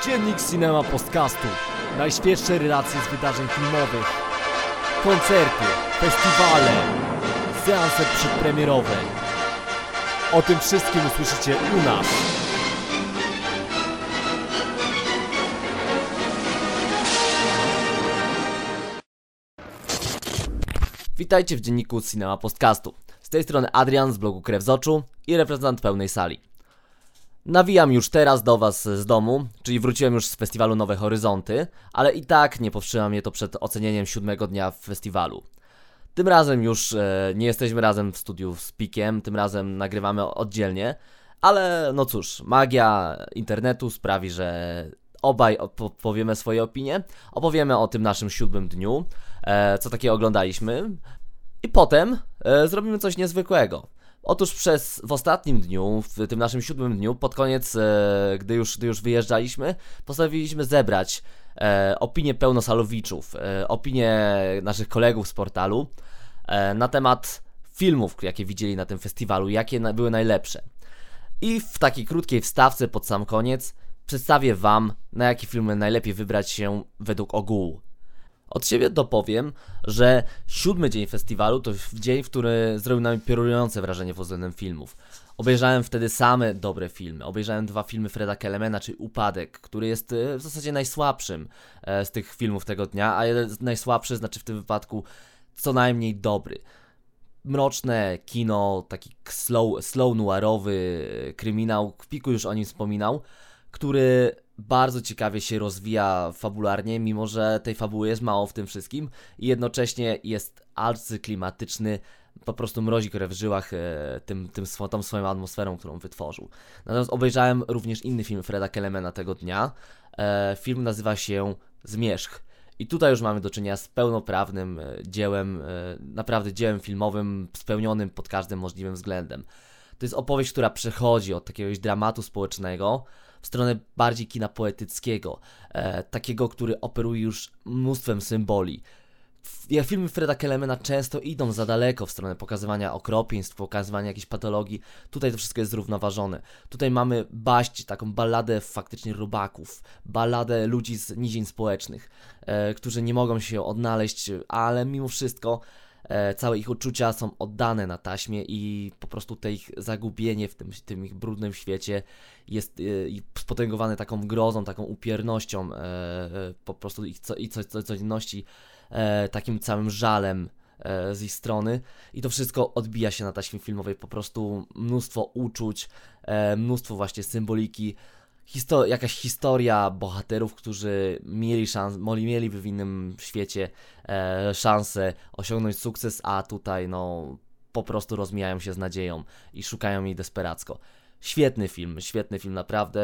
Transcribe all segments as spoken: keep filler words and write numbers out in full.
Dziennik Cinema Podcastu. Najświeższe relacje z wydarzeń filmowych. Koncerty, festiwale, seanse przedpremierowe. O tym wszystkim usłyszycie u nas. Witajcie w Dzienniku Cinema Podcastu. Z tej strony Adrian z blogu Krew z Oczu i reprezentant pełnej sali. Nawijam już teraz do was z domu, czyli wróciłem już z festiwalu Nowe Horyzonty, ale i tak nie powstrzymam mnie to przed ocenieniem siódmego dnia w festiwalu. Tym razem już e, nie jesteśmy razem w studiu z Pikiem, tym razem nagrywamy oddzielnie, ale no cóż, magia internetu sprawi, że obaj opowiemy swoje opinie, opowiemy o tym naszym siódmym dniu, e, co takiego oglądaliśmy i potem e, zrobimy coś niezwykłego. Otóż przez w ostatnim dniu, w tym naszym siódmym dniu, pod koniec, e, gdy, już, gdy już wyjeżdżaliśmy, postanowiliśmy zebrać e, opinie pełnosalowiczów, e, opinie naszych kolegów z portalu e, na temat filmów, jakie widzieli na tym festiwalu, jakie na, były najlepsze. I w takiej krótkiej wstawce pod sam koniec przedstawię wam, na jakie filmy najlepiej wybrać się według ogółu. Od siebie dopowiem, że siódmy dzień festiwalu to dzień, w który zrobił na mnie piorunujące wrażenie pod względem filmów. Obejrzałem wtedy same dobre filmy. Obejrzałem dwa filmy Freda Kellemana, czyli Upadek, który jest w zasadzie najsłabszym z tych filmów tego dnia, a jeden najsłabszy znaczy w tym wypadku co najmniej dobry. Mroczne kino, taki slow, slow noirowy kryminał, Piku już o nim wspominał, który bardzo ciekawie się rozwija fabularnie, mimo że tej fabuły jest mało w tym wszystkim i jednocześnie jest arcyklimatyczny, po prostu mrozi krew w żyłach e, tym, tym, tą swoją atmosferą, którą wytworzył. Natomiast obejrzałem również inny film Freda Kellemana tego dnia. E, film nazywa się Zmierzch. I tutaj już mamy do czynienia z pełnoprawnym e, dziełem, e, naprawdę dziełem filmowym, spełnionym pod każdym możliwym względem. To jest opowieść, która przechodzi od jakiegoś dramatu społecznego w stronę bardziej kina poetyckiego, e, takiego, który operuje już mnóstwem symboli. Jak filmy Freda Kellemana często idą za daleko w stronę pokazywania okropieństw, pokazywania jakichś patologii. Tutaj to wszystko jest zrównoważone. Tutaj mamy baść, taką balladę faktycznie robaków, balladę ludzi z nizin społecznych, e, którzy nie mogą się odnaleźć, ale mimo wszystko e, całe ich uczucia są oddane na taśmie i po prostu te ich zagubienie w tym, tym ich brudnym świecie jest e, spotęgowane taką grozą, taką upiernością e, e, po prostu ich co, i co, co, codzienności, e, takim całym żalem e, z ich strony i to wszystko odbija się na taśmie filmowej, po prostu mnóstwo uczuć, e, mnóstwo właśnie symboliki, Histo- jakaś historia bohaterów, którzy mieli szans- mieliby w innym świecie e, szansę osiągnąć sukces, a tutaj no po prostu rozmijają się z nadzieją i szukają jej desperacko. Świetny film, świetny film, naprawdę.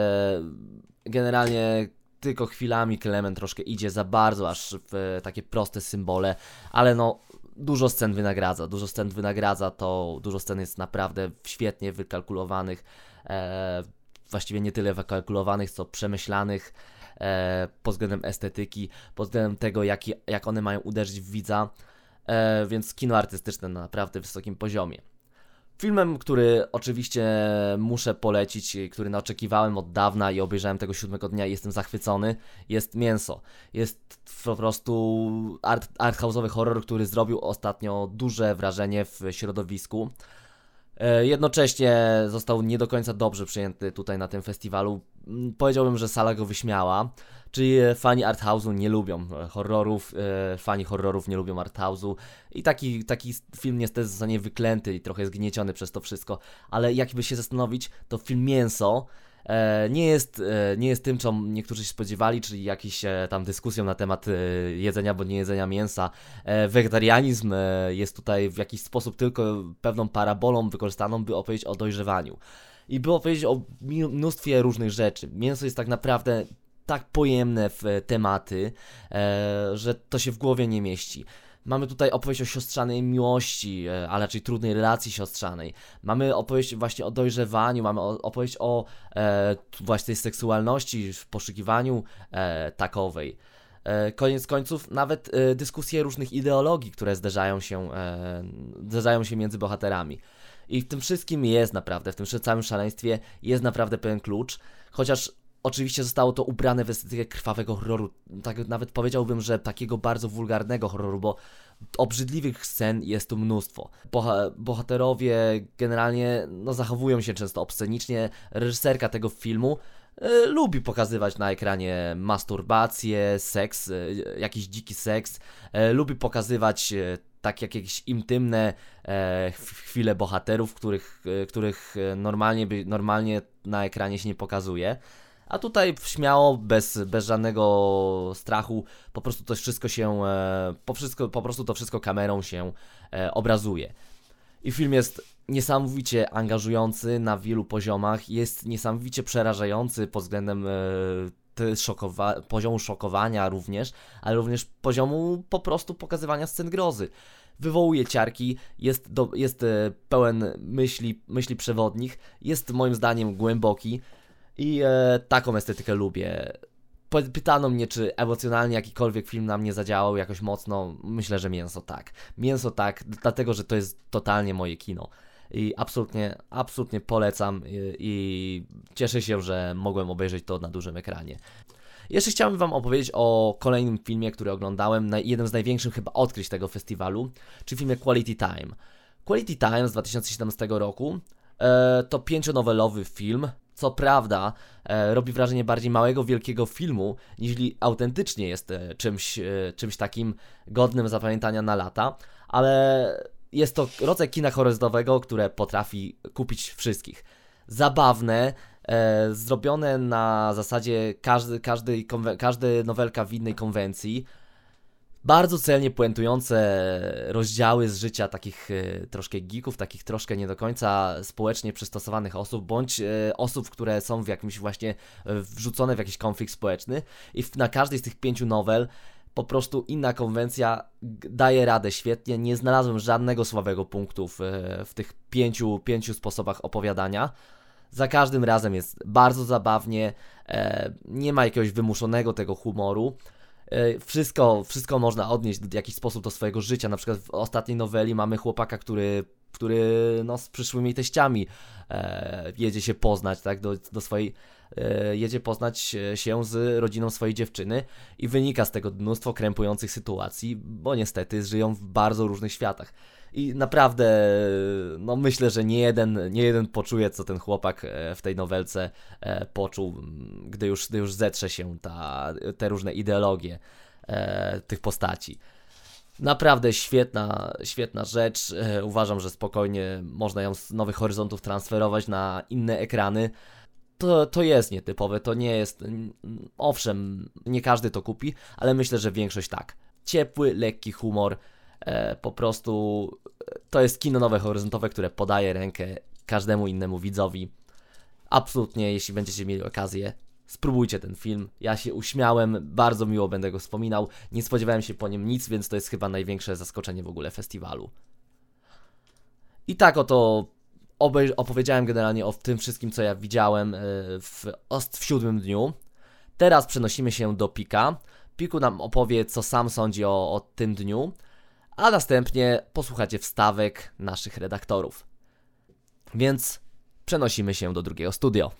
Generalnie tylko chwilami Kelleman troszkę idzie za bardzo aż w takie proste symbole, ale no dużo scen wynagradza, dużo scen wynagradza to, dużo scen jest naprawdę świetnie wykalkulowanych, e, właściwie nie tyle wykalkulowanych, co przemyślanych e, pod względem estetyki, pod względem tego, jak, jak one mają uderzyć w widza, e, więc kino artystyczne na naprawdę wysokim poziomie. Filmem, który oczywiście muszę polecić, który oczekiwałem od dawna i obejrzałem tego siódmego dnia i jestem zachwycony, jest Mięso. Jest po prostu art, arthouse'owy horror, który zrobił ostatnio duże wrażenie w środowisku. Jednocześnie został nie do końca dobrze przyjęty tutaj na tym festiwalu. Powiedziałbym, że sala go wyśmiała, czyli fani arthouse'u nie lubią horrorów, fani horrorów nie lubią arthouse'u i taki, taki film niestety zostanie wyklęty i trochę zgnieciony przez to wszystko, ale jakby się zastanowić, to film Mięso E, nie jest, e, nie jest tym, co niektórzy się spodziewali, czyli jakąś e, tam dyskusją na temat e, jedzenia bądź nie jedzenia mięsa. E, wegetarianizm e, jest tutaj w jakiś sposób tylko pewną parabolą wykorzystaną, by opowiedzieć o dojrzewaniu. I by opowiedzieć o mnóstwie różnych rzeczy. Mięso jest tak naprawdę tak pojemne w tematy, e, że to się w głowie nie mieści. Mamy tutaj opowieść o siostrzanej miłości, a raczej trudnej relacji siostrzanej. Mamy opowieść właśnie o dojrzewaniu, mamy opowieść o e, właśnie tej seksualności, w poszukiwaniu e, takowej. E, koniec końców nawet e, dyskusje różnych ideologii, które zderzają się, e, zderzają się między bohaterami. I w tym wszystkim jest naprawdę, w tym całym szaleństwie jest naprawdę pewien klucz, chociaż Oczywiście zostało to ubrane w estetykę krwawego horroru, tak nawet powiedziałbym, że takiego bardzo wulgarnego horroru, bo obrzydliwych scen jest tu mnóstwo. Boha- bohaterowie generalnie no, zachowują się często obscenicznie. Reżyserka tego filmu y, lubi pokazywać na ekranie masturbację, seks, y, jakiś dziki seks, y, lubi pokazywać y, tak jak jakieś intymne e, chwile bohaterów, których, e, których normalnie, by, normalnie na ekranie się nie pokazuje. A tutaj śmiało, bez, bez żadnego strachu, po prostu to wszystko się, e, po, wszystko, po prostu to wszystko kamerą się e, obrazuje. I film jest niesamowicie angażujący na wielu poziomach, jest niesamowicie przerażający pod względem e, Szokowa- poziomu szokowania również, ale również poziomu po prostu pokazywania scen grozy. Wywołuje ciarki, jest, do, jest e, pełen myśli, myśli przewodnich, jest moim zdaniem głęboki i e, taką estetykę lubię. Pytano mnie, czy emocjonalnie jakikolwiek film na mnie zadziałał jakoś mocno. Myślę, że Mięso tak. Mięso tak, dlatego, że to jest totalnie moje kino. I absolutnie, absolutnie polecam i, i cieszę się, że mogłem obejrzeć to na dużym ekranie. Jeszcze chciałbym wam opowiedzieć o kolejnym filmie, który oglądałem, na jednym z największych chyba odkryć tego festiwalu, czyli filmie Quality Time. Quality Time z dwa tysiące siedemnastego roku e, to pięcionowelowy film. Co prawda e, robi wrażenie bardziej małego, wielkiego filmu, niż autentycznie jest e, czymś, e, czymś takim godnym zapamiętania na lata, ale jest to rodzaj kina horrorowego, które potrafi kupić wszystkich. Zabawne, e, zrobione na zasadzie każdy, każdy, konwe- każdy nowelka w innej konwencji. Bardzo celnie puentujące rozdziały z życia takich e, troszkę geeków, takich troszkę nie do końca społecznie przystosowanych osób, bądź e, osób, które są w jakimś właśnie e, wrzucone w jakiś konflikt społeczny. I w, na każdej z tych pięciu nowel po prostu inna konwencja daje radę świetnie. Nie znalazłem żadnego słabego punktu w, w tych pięciu, pięciu sposobach opowiadania. Za każdym razem jest bardzo zabawnie, e, nie ma jakiegoś wymuszonego tego humoru. E, wszystko, wszystko można odnieść w jakiś sposób do swojego życia. Na przykład w ostatniej noweli mamy chłopaka, który, który no, z przyszłymi teściami e, jedzie się poznać, tak, do, do swojej jedzie poznać się z rodziną swojej dziewczyny i wynika z tego mnóstwo krępujących sytuacji, bo niestety żyją w bardzo różnych światach. I naprawdę, no myślę, że nie jeden, nie jeden poczuje, co ten chłopak w tej nowelce poczuł, gdy już, gdy już zetrze się ta, te różne ideologie tych postaci. Naprawdę świetna, świetna rzecz. Uważam, że spokojnie można ją z Nowych Horyzontów transferować na inne ekrany. To, to jest nietypowe, to nie jest, owszem, nie każdy to kupi, ale myślę, że większość tak. Ciepły, lekki humor, e, po prostu to jest kino Nowe Horyzontowe, które podaje rękę każdemu innemu widzowi. Absolutnie, jeśli będziecie mieli okazję, spróbujcie ten film. Ja się uśmiałem, bardzo miło będę go wspominał, nie spodziewałem się po nim nic, więc to jest chyba największe zaskoczenie w ogóle festiwalu. I tak oto Obej- opowiedziałem generalnie o tym wszystkim, co ja widziałem w, w siódmym dniu. Teraz przenosimy się do Pika. Piku nam opowie, co sam sądzi o, o tym dniu, a następnie posłuchacie wstawek naszych redaktorów. Więc przenosimy się do drugiego studio.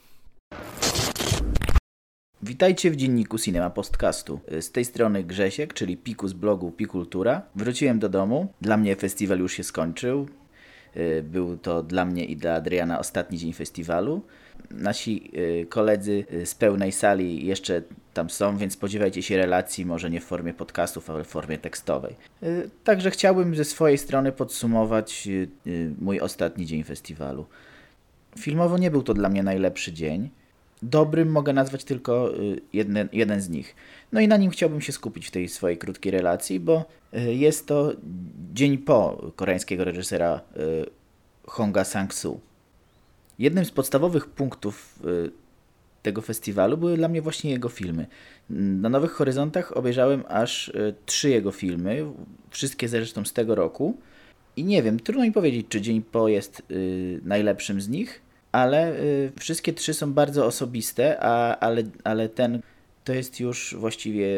Witajcie w dzienniku Cinema Podcastu. Z tej strony Grzesiek, czyli Piku z blogu Pikultura. Wróciłem do domu. Dla mnie festiwal już się skończył. Był to dla mnie i dla Adriana ostatni dzień festiwalu. Nasi koledzy z pełnej sali jeszcze tam są, więc spodziewajcie się relacji, może nie w formie podcastów, ale w formie tekstowej. Także chciałbym ze swojej strony podsumować mój ostatni dzień festiwalu. Filmowo nie był to dla mnie najlepszy dzień. Dobrym mogę nazwać tylko jeden, jeden z nich. No i na nim chciałbym się skupić w tej swojej krótkiej relacji, bo jest to dzień po koreańskiego reżysera Honga Sang-soo. Jednym z podstawowych punktów tego festiwalu były dla mnie właśnie jego filmy. Na Nowych Horyzontach obejrzałem aż trzy jego filmy, wszystkie zresztą z tego roku. I nie wiem, trudno mi powiedzieć, czy dzień po jest najlepszym z nich, ale y, wszystkie trzy są bardzo osobiste, a, ale, ale ten to jest już właściwie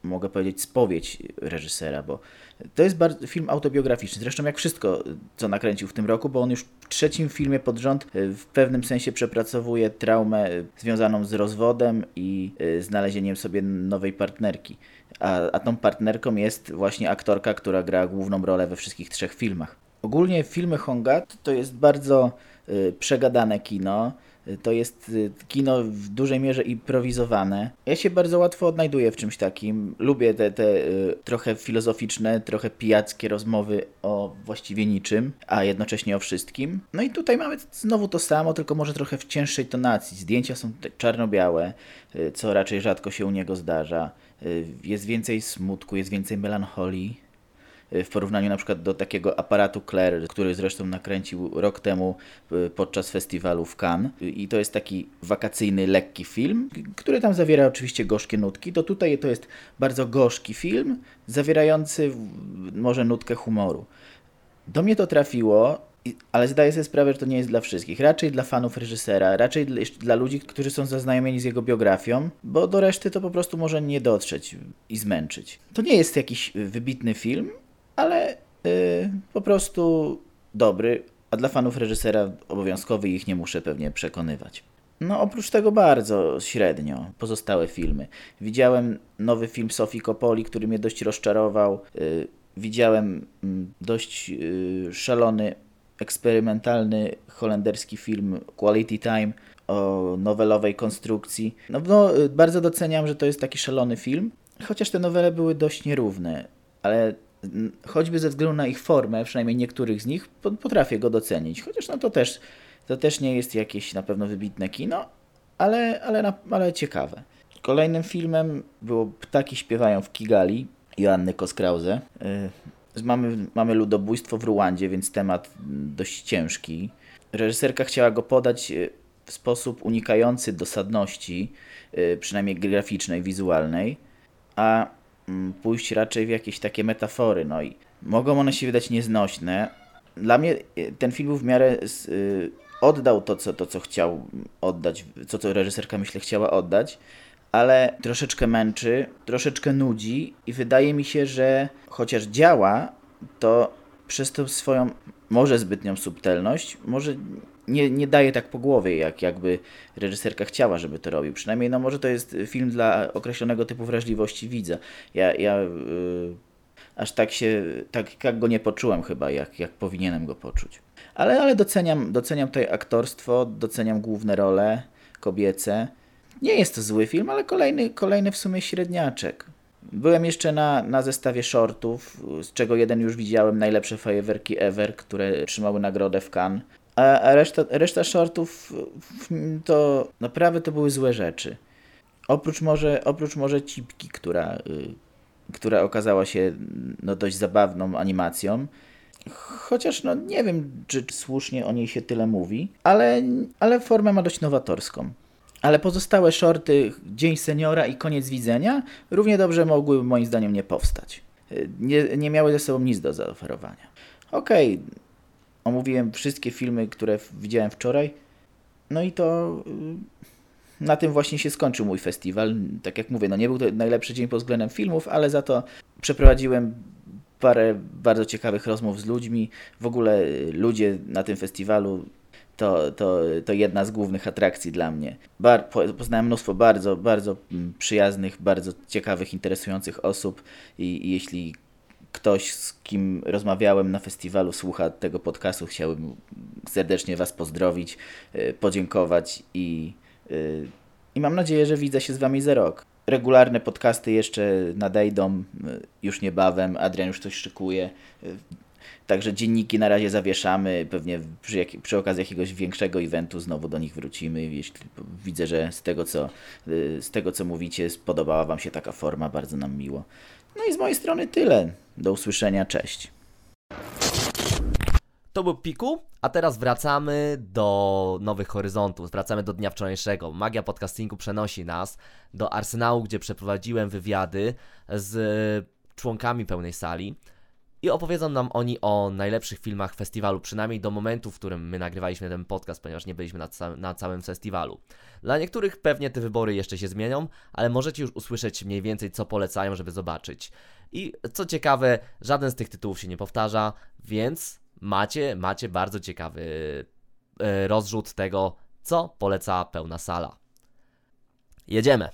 mogę powiedzieć, spowiedź reżysera, bo to jest bardzo, film autobiograficzny, zresztą jak wszystko, co nakręcił w tym roku, bo on już w trzecim filmie pod rząd w pewnym sensie przepracowuje traumę związaną z rozwodem i znalezieniem sobie nowej partnerki. A, a tą partnerką jest właśnie aktorka, która gra główną rolę we wszystkich trzech filmach. Ogólnie filmy Honga to jest bardzo y, przegadane kino. To jest kino w dużej mierze improwizowane. Ja się bardzo łatwo odnajduję w czymś takim. Lubię te, te y, trochę filozoficzne, trochę pijackie rozmowy o właściwie niczym, a jednocześnie o wszystkim. No i tutaj mamy znowu to samo, tylko może trochę w cięższej tonacji. Zdjęcia są czarno-białe, y, co raczej rzadko się u niego zdarza. Y, jest więcej smutku, jest więcej melancholii. W porównaniu na przykład do takiego aparatu Claire, który zresztą nakręcił rok temu podczas festiwalu w Cannes. I to jest taki wakacyjny, lekki film, który tam zawiera oczywiście gorzkie nutki. To tutaj to jest bardzo gorzki film, zawierający może nutkę humoru. Do mnie to trafiło, ale zdaję sobie sprawę, że to nie jest dla wszystkich. Raczej dla fanów reżysera, raczej dla ludzi, którzy są zaznajomieni z jego biografią, bo do reszty to po prostu może nie dotrzeć i zmęczyć. To nie jest jakiś wybitny film, ale yy, po prostu dobry, a dla fanów reżysera obowiązkowy, ich nie muszę pewnie przekonywać. No oprócz tego bardzo średnio pozostałe filmy. Widziałem nowy film Sofii Coppoli, który mnie dość rozczarował. Yy, widziałem yy, dość yy, szalony, eksperymentalny holenderski film Quality Time o nowelowej konstrukcji. No, no bardzo doceniam, że to jest taki szalony film, chociaż te nowele były dość nierówne, ale choćby ze względu na ich formę, przynajmniej niektórych z nich, potrafię go docenić. Chociaż no to też, to też nie jest jakieś na pewno wybitne kino, ale, ale, ale ciekawe. Kolejnym filmem było Ptaki śpiewają w Kigali Joanny Kos-Krause. Yy, mamy, mamy ludobójstwo w Ruandzie, więc temat dość ciężki. Reżyserka chciała go podać w sposób unikający dosadności, yy, przynajmniej graficznej, wizualnej, a pójść raczej w jakieś takie metafory, no i mogą one się wydać nieznośne. Dla mnie ten film był w miarę y, oddał to co, to, co chciał oddać, co, co reżyserka, myślę, chciała oddać, ale troszeczkę męczy, troszeczkę nudzi i wydaje mi się, że chociaż działa, to przez tą swoją może zbytnią subtelność, może nie, nie daje tak po głowie, jak jakby reżyserka chciała, żeby to robił. Przynajmniej no może to jest film dla określonego typu wrażliwości widza. Ja, ja yy, aż tak się, tak jak go nie poczułem chyba, jak, jak powinienem go poczuć. Ale, ale doceniam, doceniam tutaj aktorstwo, doceniam główne role kobiece. Nie jest to zły film, ale kolejny, kolejny w sumie średniaczek. Byłem jeszcze na, na zestawie shortów, z czego jeden już widziałem, najlepsze fajerwerki ever, które otrzymały nagrodę w Cannes. A, a reszta, reszta shortów to naprawdę to były złe rzeczy. Oprócz może, oprócz może Cipki, która, y, która okazała się no, dość zabawną animacją. Chociaż no nie wiem, czy słusznie o niej się tyle mówi, ale, ale formę ma dość nowatorską. Ale pozostałe shorty Dzień Seniora i Koniec widzenia równie dobrze mogły moim zdaniem nie powstać. Nie, nie miały ze sobą nic do zaoferowania. Okej, okay. Omówiłem wszystkie filmy, które widziałem wczoraj. No i to na tym właśnie się skończył mój festiwal. Tak jak mówię, no nie był to najlepszy dzień pod względem filmów, ale za to przeprowadziłem parę bardzo ciekawych rozmów z ludźmi. W ogóle ludzie na tym festiwalu to, to, to jedna z głównych atrakcji dla mnie. Bar, poznałem mnóstwo bardzo, bardzo przyjaznych, bardzo ciekawych, interesujących osób i, i jeśli ktoś, z kim rozmawiałem na festiwalu, słucha tego podcastu, chciałbym serdecznie Was pozdrowić, podziękować i, i mam nadzieję, że widzę się z Wami za rok. Regularne podcasty jeszcze nadejdą już niebawem, Adrian już coś szykuje, także dzienniki na razie zawieszamy, pewnie przy, jak, przy okazji jakiegoś większego eventu znowu do nich wrócimy, jeśli widzę, że z tego, co, z tego co mówicie, spodobała Wam się taka forma, bardzo nam miło. No i z mojej strony tyle. Do usłyszenia, cześć. To był Piku, a teraz wracamy do nowych horyzontów, wracamy do dnia wczorajszego. Magia podcastingu przenosi nas do Arsenału, gdzie przeprowadziłem wywiady z członkami pełnej sali i opowiedzą nam oni o najlepszych filmach festiwalu, przynajmniej do momentu, w którym my nagrywaliśmy ten podcast, ponieważ nie byliśmy na, ca- na całym festiwalu. Dla niektórych pewnie te wybory jeszcze się zmienią, ale możecie już usłyszeć mniej więcej, co polecają, żeby zobaczyć. I co ciekawe, żaden z tych tytułów się nie powtarza, więc macie, macie bardzo ciekawy e, rozrzut tego, co poleca pełna sala. Jedziemy!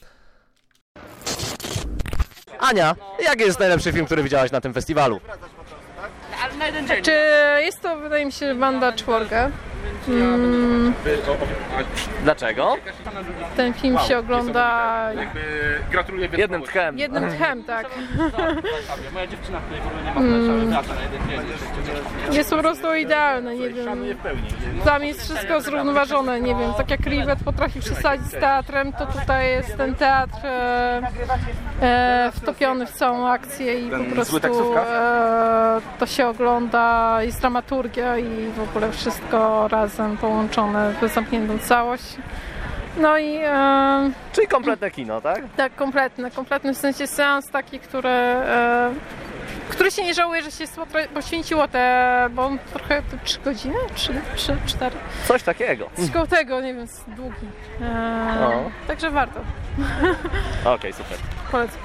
Ania, jaki jest najlepszy film, który widziałaś na tym festiwalu? Czy jest to, wydaje mi się, banda czworga. Mm, Dlaczego? ten film się ogląda Gratuluję Jednym tchem. jednym tchem, tak. Moja dziewczyna, której w ogóle nie ma mm. na jeden Jest po prostu idealny, nie wiem. Tam jest wszystko zrównoważone, nie wiem. Tak jak Rivet potrafi przesadzić z teatrem, to tutaj jest ten teatr e, e, wtopiony w całą akcję i po prostu e, to się ogląda, jest dramaturgia i w ogóle wszystko razem połączone w zamkniętą całość. No i e, Czyli kompletne kino, tak? tak, kompletny, kompletny w sensie seans taki, który, e, który się nie żałuje, że się spotra- poświęciło te, bo on trochę trzy godziny, trzy, trzy, cztery. Coś takiego. Coś koło tego, nie wiem, jest długi. E, O. Także warto. Okej, okay, super. Polecam.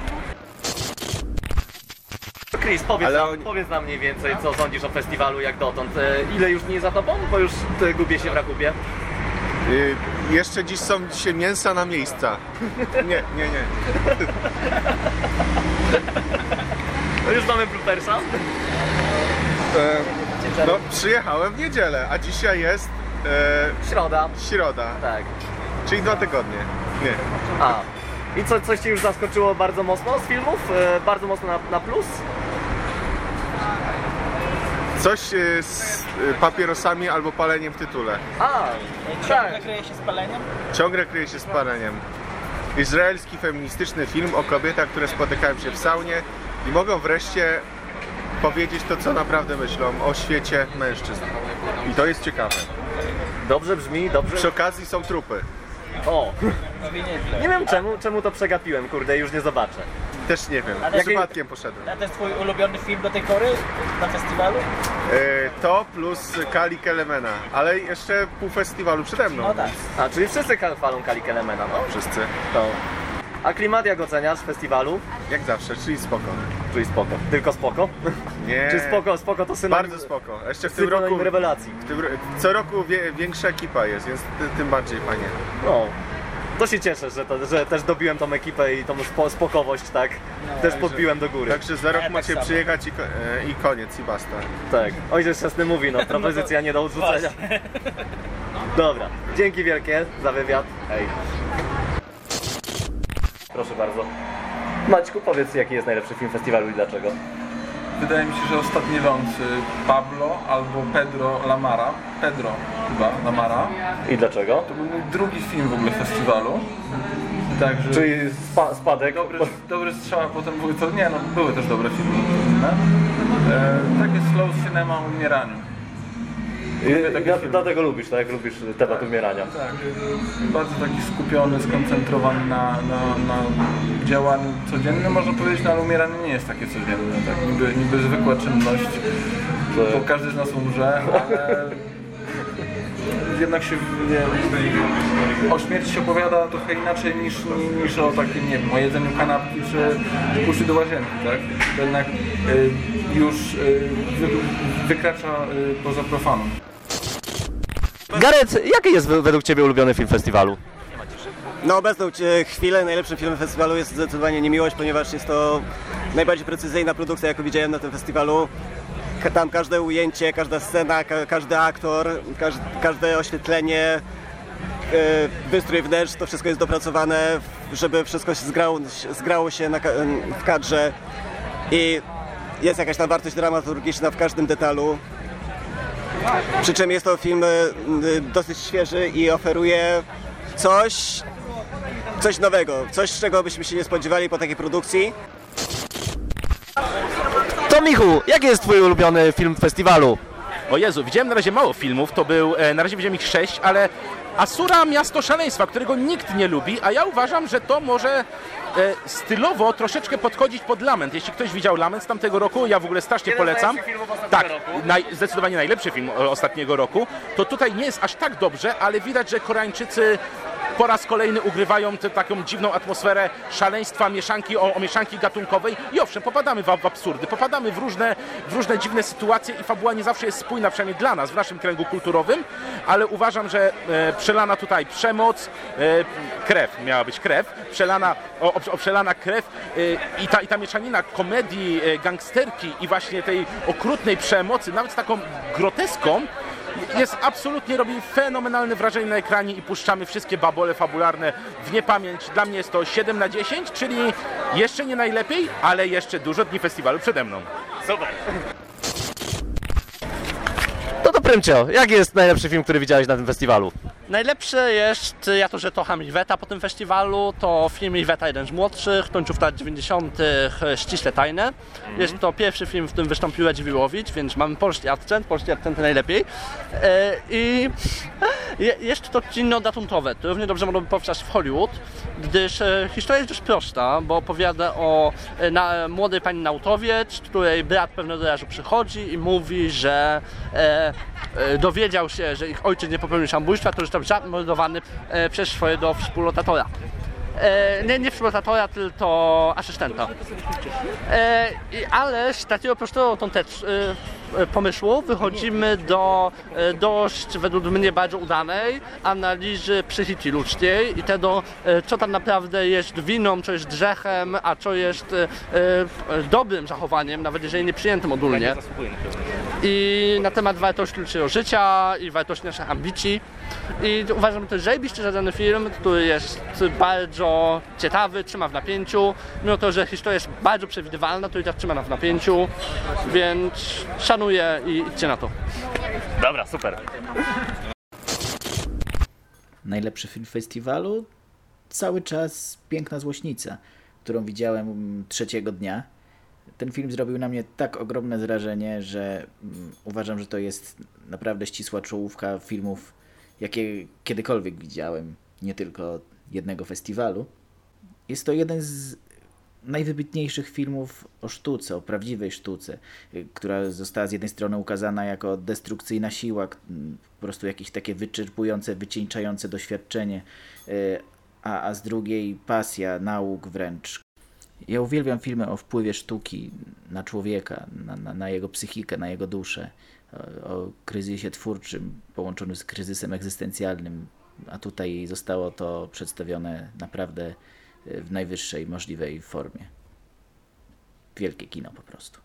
Chris, powiedz, Ale nam, oni- powiedz nam mniej więcej, co sądzisz o festiwalu jak dotąd. E, ile już dni za tobą? Bo już e, gubię się w rachubie. Y, jeszcze dziś są dzisiaj mięsa na miejsca. Nie, nie, nie. No już mamy bloopersa. E, no, przyjechałem w niedzielę, a dzisiaj jest e, Środa. środa, Tak. czyli dwa tygodnie. Nie. A. I co, coś cię już zaskoczyło bardzo mocno z filmów? E, bardzo mocno na, na plus? Coś e, z e, papierosami albo paleniem w tytule. A, tak. Ciągle kryje się z paleniem. Izraelski feministyczny film o kobietach, które spotykają się w saunie i mogą wreszcie powiedzieć to, co naprawdę myślą o świecie mężczyzn. I to jest ciekawe. Dobrze brzmi, dobrze. Przy okazji są trupy. O! Nie wiem czemu, czemu to przegapiłem, kurde, już nie zobaczę. Też nie wiem. Ale- Przypadkiem poszedłem. A to jest twój ulubiony film do tej pory na festiwalu? E, to plus Kali Kelemena, ale jeszcze pół festiwalu przede mną. No tak. A, czyli wszyscy ka- chwalą Kali Kelemena, no? Wszyscy. To. A klimat jak oceniasz z festiwalu? Jak zawsze, czyli spoko. Czyli spoko. Tylko spoko? Nie. Czy spoko, spoko to synonim... Bardzo spoko. Jeszcze w tym synonim roku. rewelacji. W tym, ro- co roku wie, większa ekipa jest, więc ty, tym bardziej fajnie. No. To się cieszę, że, to, że też dobiłem tą ekipę i tą spo, spokowość, tak? też podbiłem do góry. Także za rok Ja tak macie samo. przyjechać i, ko- e, i koniec, i basta. Tak. Ojciec Chrzestny mówi, no propozycja nie do odrzucenia. Dobra. Dzięki wielkie za wywiad. Hej. Proszę bardzo. Maćku, powiedz, jaki jest najlepszy film festiwalu i dlaczego? Wydaje mi się, że ostatni ląd y, Pablo albo Pedro Lamara, Pedro chyba Lamara, I dlaczego? to był mój drugi film w ogóle festiwalu. Także Czyli spa spadek? dobry, dobry strzał, a potem były to, nie no, były też dobre filmy. No? E, takie slow cinema o umieraniu. I, taki ja, film. dlatego lubisz, tak? Lubisz temat umierania. Tak, bardzo taki skupiony, skoncentrowany na, na, na działaniu codziennym, można powiedzieć, no, ale umieranie nie jest takie codzienne, tak? Niby, niby zwykła czynność, bo każdy z nas umrze, ale jednak się nie, o śmierci się opowiada trochę inaczej niż, niż o takim, nie wiem, o jedzeniu kanapki czy puszczy do łazienki, tak? To jednak y, już y, wy, wykracza y, poza profanum. Gareth, jaki jest według Ciebie ulubiony film festiwalu? Na obecną e, chwilę najlepszym filmem festiwalu jest zdecydowanie Niemiłość, ponieważ jest to najbardziej precyzyjna produkcja, jaką widziałem na tym festiwalu. Ka- Tam każde ujęcie, każda scena, ka- każdy aktor, każ- każde oświetlenie, e, wystrój wnętrz, to wszystko jest dopracowane, żeby wszystko się zgrało, zgrało się na, ka- w kadrze i jest jakaś tam wartość dramaturgiczna w każdym detalu. Przy czym jest to film e, dosyć świeży i oferuje coś, coś nowego, coś, czego byśmy się nie spodziewali po takiej produkcji. To Michu, jaki jest Twój ulubiony film festiwalu? O Jezu, widziałem na razie mało filmów, to był, e, na razie widziałem ich sześć, ale Asura, Miasto Szaleństwa, którego nikt nie lubi, a ja uważam, że to może e, stylowo troszeczkę podchodzić pod Lament. Jeśli ktoś widział Lament z tamtego roku, ja w ogóle strasznie polecam. Tak, naj, zdecydowanie najlepszy film ostatniego roku. To tutaj nie jest aż tak dobrze, ale widać, że Koreańczycy po raz kolejny ugrywają tę taką dziwną atmosferę szaleństwa, mieszanki, o, o mieszanki gatunkowej i owszem, popadamy w, w absurdy, popadamy w różne, w różne dziwne sytuacje i fabuła nie zawsze jest spójna, przynajmniej dla nas, w naszym kręgu kulturowym, ale uważam, że e, przelana tutaj przemoc, e, krew, miała być krew, przelana, o, o, przelana krew e, i, ta, i ta mieszanina komedii, e, gangsterki i właśnie tej okrutnej przemocy, nawet z taką groteską, jest absolutnie, robi fenomenalne wrażenie na ekranie i puszczamy wszystkie babole fabularne w niepamięć. Dla mnie jest to siedem na dziesięć, czyli jeszcze nie najlepiej, ale jeszcze dużo dni festiwalu przede mną. Super. No to Prymcio, jaki jest najlepszy film, który widziałeś na tym festiwalu? Najlepszy jest Ja to, że kocham Iweta po tym festiwalu. To film Iweta, jeden z młodszych, końców lat dziewięćdziesiątych, ściśle tajne. Mm. Jest to pierwszy film, w którym wystąpił Radziwiłłowicz, więc mamy polski akcent, polski akcent najlepiej. E, I jest to kino gatunkowe, to równie dobrze mogłoby powstać w Hollywood, gdyż e, historia jest dość prosta, bo opowiada o e, na, młodej pani naukowiec, której brat pewnego razu przychodzi i mówi, że e, e, dowiedział się, że ich ojciec nie popełnił samobójstwa, to został zamordowany e, przez swojego współlokatora. E, nie, nie współlokatora, tylko asystenta. E, ale z takiego prostego kontekstu, e, pomysłu wychodzimy do e, dość, według mnie, bardzo udanej analizy psychiki ludzkiej i tego, e, co tam naprawdę jest winą, co jest grzechem, a co jest e, e, dobrym zachowaniem, nawet jeżeli nie przyjętym ogólnie. I na temat wartości ludzkiego życia i wartości naszych ambicji. I uważam, że to jest zajebiście zadany film, który jest bardzo ciekawy, trzyma w napięciu. Mimo to, że historia jest bardzo przewidywalna, to i tak trzyma nas w napięciu, więc szanuję i idźcie na to. Dobra, super. Najlepszy film festiwalu? Cały czas Piękna Złośnica, którą widziałem trzeciego dnia. Ten film zrobił na mnie tak ogromne wrażenie, że um, uważam, że to jest naprawdę ścisła czołówka filmów, jakie kiedykolwiek widziałem, nie tylko jednego festiwalu. Jest to jeden z najwybitniejszych filmów o sztuce, o prawdziwej sztuce, która została z jednej strony ukazana jako destrukcyjna siła, po prostu jakieś takie wyczerpujące, wycieńczające doświadczenie, a, a z drugiej pasja, nauk wręcz. Ja uwielbiam filmy o wpływie sztuki na człowieka, na, na, na jego psychikę, na jego duszę, o, o kryzysie twórczym połączonym z kryzysem egzystencjalnym, a tutaj zostało to przedstawione naprawdę w najwyższej możliwej formie. Wielkie kino po prostu.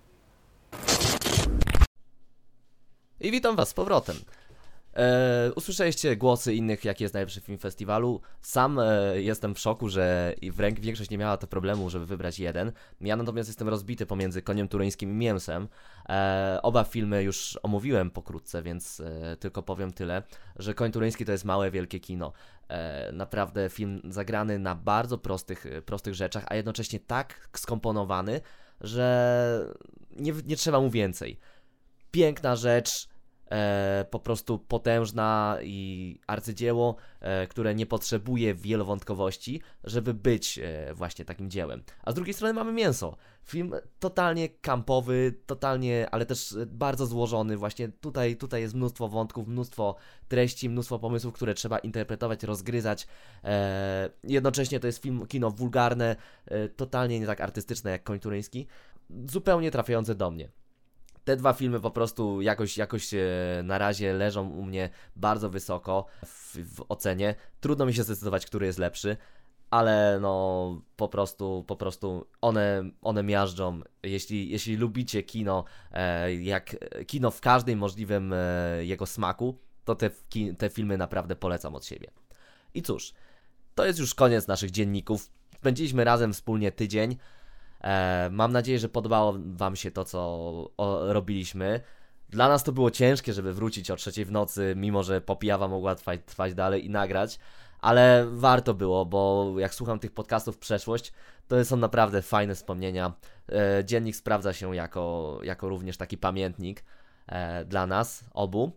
I witam was z powrotem. E, usłyszeliście głosy innych, jaki jest najlepszy film festiwalu. Sam e, jestem w szoku, że wręcz większość nie miała to problemu, żeby wybrać jeden. Ja natomiast jestem rozbity pomiędzy Koniem Turyńskim i Mięsem. E, oba filmy już omówiłem pokrótce, więc e, tylko powiem tyle, że Koń Turyński to jest małe, wielkie kino. E, naprawdę film zagrany na bardzo prostych, prostych rzeczach, a jednocześnie tak skomponowany, że nie, nie trzeba mu więcej. Piękna rzecz, E, po prostu potężna i arcydzieło, e, które nie potrzebuje wielowątkowości, żeby być e, właśnie takim dziełem. A z drugiej strony mamy Mięso. Film totalnie kampowy, totalnie, ale też bardzo złożony. Właśnie tutaj, tutaj jest mnóstwo wątków, mnóstwo treści, mnóstwo pomysłów, które trzeba interpretować, rozgryzać. E, jednocześnie to jest film, kino wulgarne, e, totalnie nie tak artystyczne jak Koń Turyński. Zupełnie trafiające do mnie. Te dwa filmy po prostu jakoś, jakoś na razie leżą u mnie bardzo wysoko w, w ocenie. Trudno mi się zdecydować, który jest lepszy, ale no po prostu, po prostu one, one miażdżą. Jeśli, jeśli lubicie kino, e, jak kino w każdym możliwym e, jego smaku, to te, te filmy naprawdę polecam od siebie. I cóż, to jest już koniec naszych dzienników. Spędziliśmy razem wspólnie tydzień. E, mam nadzieję, że podobało wam się to, co o, robiliśmy. Dla nas to było ciężkie, żeby wrócić o trzeciej w nocy, mimo że popijawa mogła trwać, trwać dalej i nagrać, ale warto było, bo jak słucham tych podcastów w przeszłość, to są naprawdę fajne wspomnienia. E, dziennik sprawdza się jako, jako również taki pamiętnik e, dla nas obu.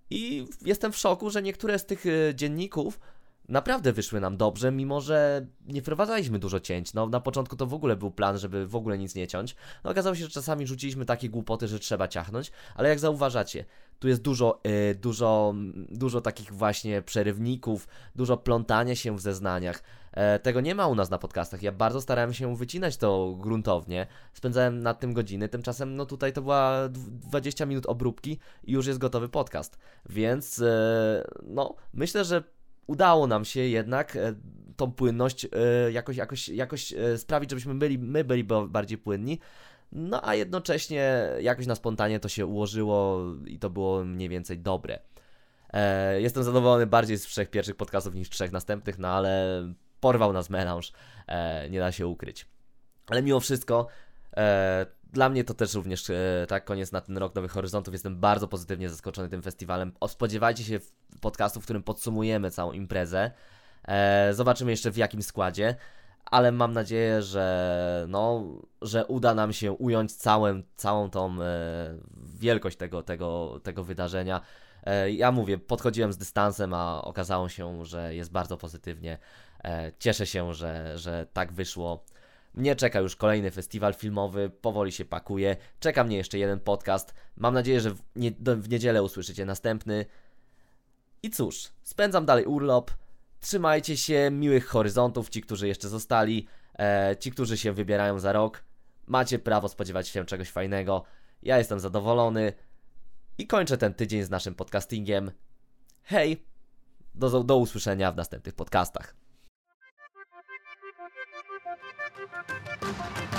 I jestem w szoku, że niektóre z tych y, dzienników naprawdę wyszły nam dobrze, mimo że nie wprowadzaliśmy dużo cięć. No na początku to w ogóle był plan, żeby w ogóle nic nie ciąć. No okazało się, że czasami rzuciliśmy takie głupoty, że trzeba ciachnąć, ale jak zauważacie, tu jest dużo, yy, dużo, dużo takich właśnie przerywników, dużo plątania się w zeznaniach. E, tego nie ma u nas na podcastach. Ja bardzo starałem się wycinać to gruntownie. Spędzałem nad tym godziny, tymczasem no tutaj to była dwadzieścia minut obróbki i już jest gotowy podcast. Więc e, no myślę, że udało nam się jednak e, tą płynność e, jakoś, jakoś, jakoś e, sprawić, żebyśmy byli, my byli bardziej płynni. No a jednocześnie jakoś na spontanie to się ułożyło i to było mniej więcej dobre. E, jestem zadowolony bardziej z trzech pierwszych podcastów niż trzech następnych, no ale porwał nas melanż, e, nie da się ukryć. Ale mimo wszystko e, dla mnie to też również e, tak koniec na ten rok Nowych Horyzontów. Jestem bardzo pozytywnie zaskoczony tym festiwalem. O, spodziewajcie się podcastu, w którym podsumujemy całą imprezę. E, zobaczymy jeszcze w jakim składzie, ale mam nadzieję, że no, że uda nam się ująć całą, całą tą e, wielkość tego, tego, tego wydarzenia. E, ja mówię, podchodziłem z dystansem, a okazało się, że jest bardzo pozytywnie. E, cieszę się, że, że tak wyszło. Mnie czeka już kolejny festiwal filmowy, powoli się pakuje. Czeka mnie jeszcze jeden podcast. Mam nadzieję, że w, nie, w niedzielę usłyszycie następny. I cóż, spędzam dalej urlop. Trzymajcie się, miłych horyzontów, ci, którzy jeszcze zostali, e, ci, którzy się wybierają za rok. Macie prawo spodziewać się czegoś fajnego. Ja jestem zadowolony. I kończę ten tydzień z naszym podcastingiem. Hej! Do, do usłyszenia w następnych podcastach.